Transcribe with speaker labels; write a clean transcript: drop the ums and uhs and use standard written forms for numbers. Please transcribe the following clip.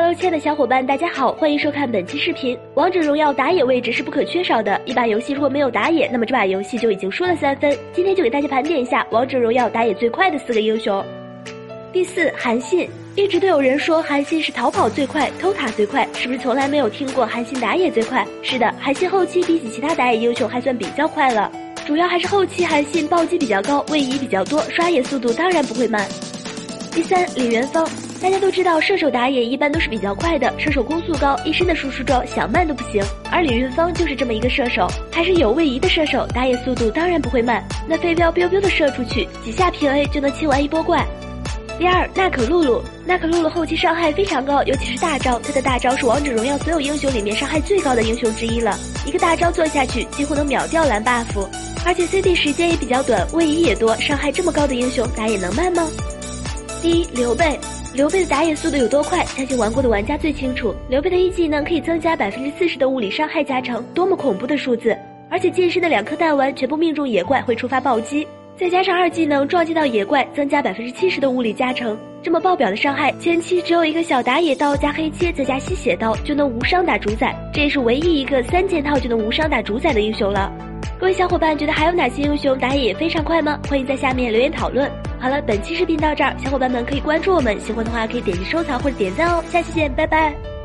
Speaker 1: Hello， 亲爱的小伙伴，大家好，欢迎收看本期视频。王者荣耀打野位置是不可缺少的，一把游戏如果没有打野，那么这把游戏就已经输了3分。今天就给大家盘点一下王者荣耀打野最快的4个英雄。第4，韩信。一直都有人说韩信是逃跑最快，偷塔最快，是不是从来没有听过韩信打野最快？是的，韩信后期比起其他打野英雄还算比较快了，主要还是后期韩信暴击比较高，位移比较多，刷野速度当然不会慢。第3，李元芳。大家都知道射手打野一般都是比较快的，射手攻速高，一身的输出装想慢都不行，而李云芳就是这么一个射手，还是有位移的射手，打野速度当然不会慢，那飞镖 biu biu 的射出去，几下平 A 就能清完一波怪。第2，娜可露露。娜可露露后期伤害非常高，尤其是大招，她的大招是王者荣耀所有英雄里面伤害最高的英雄之一了，一个大招做下去几乎能秒掉蓝 buff， 而且 CD 时间也比较短，位移也多，伤害这么高的英雄打野能慢吗？第1，刘备。刘备的打野速度有多快，相信玩过的玩家最清楚。刘备的一技能可以增加40%的物理伤害加成，多么恐怖的数字！而且近身的2颗弹丸全部命中野怪会触发暴击，再加上2技能撞击到野怪，增加70%的物理加成，这么爆表的伤害，前期只有一个小打野刀加黑切再加吸血刀就能无伤打主宰，这也是唯一一个3件套就能无伤打主宰的英雄了。各位小伙伴觉得还有哪些英雄打野也非常快吗？欢迎在下面留言讨论。好了，本期视频到这儿，小伙伴们可以关注我们，喜欢的话可以点击收藏或者点赞哦，下期见，拜拜。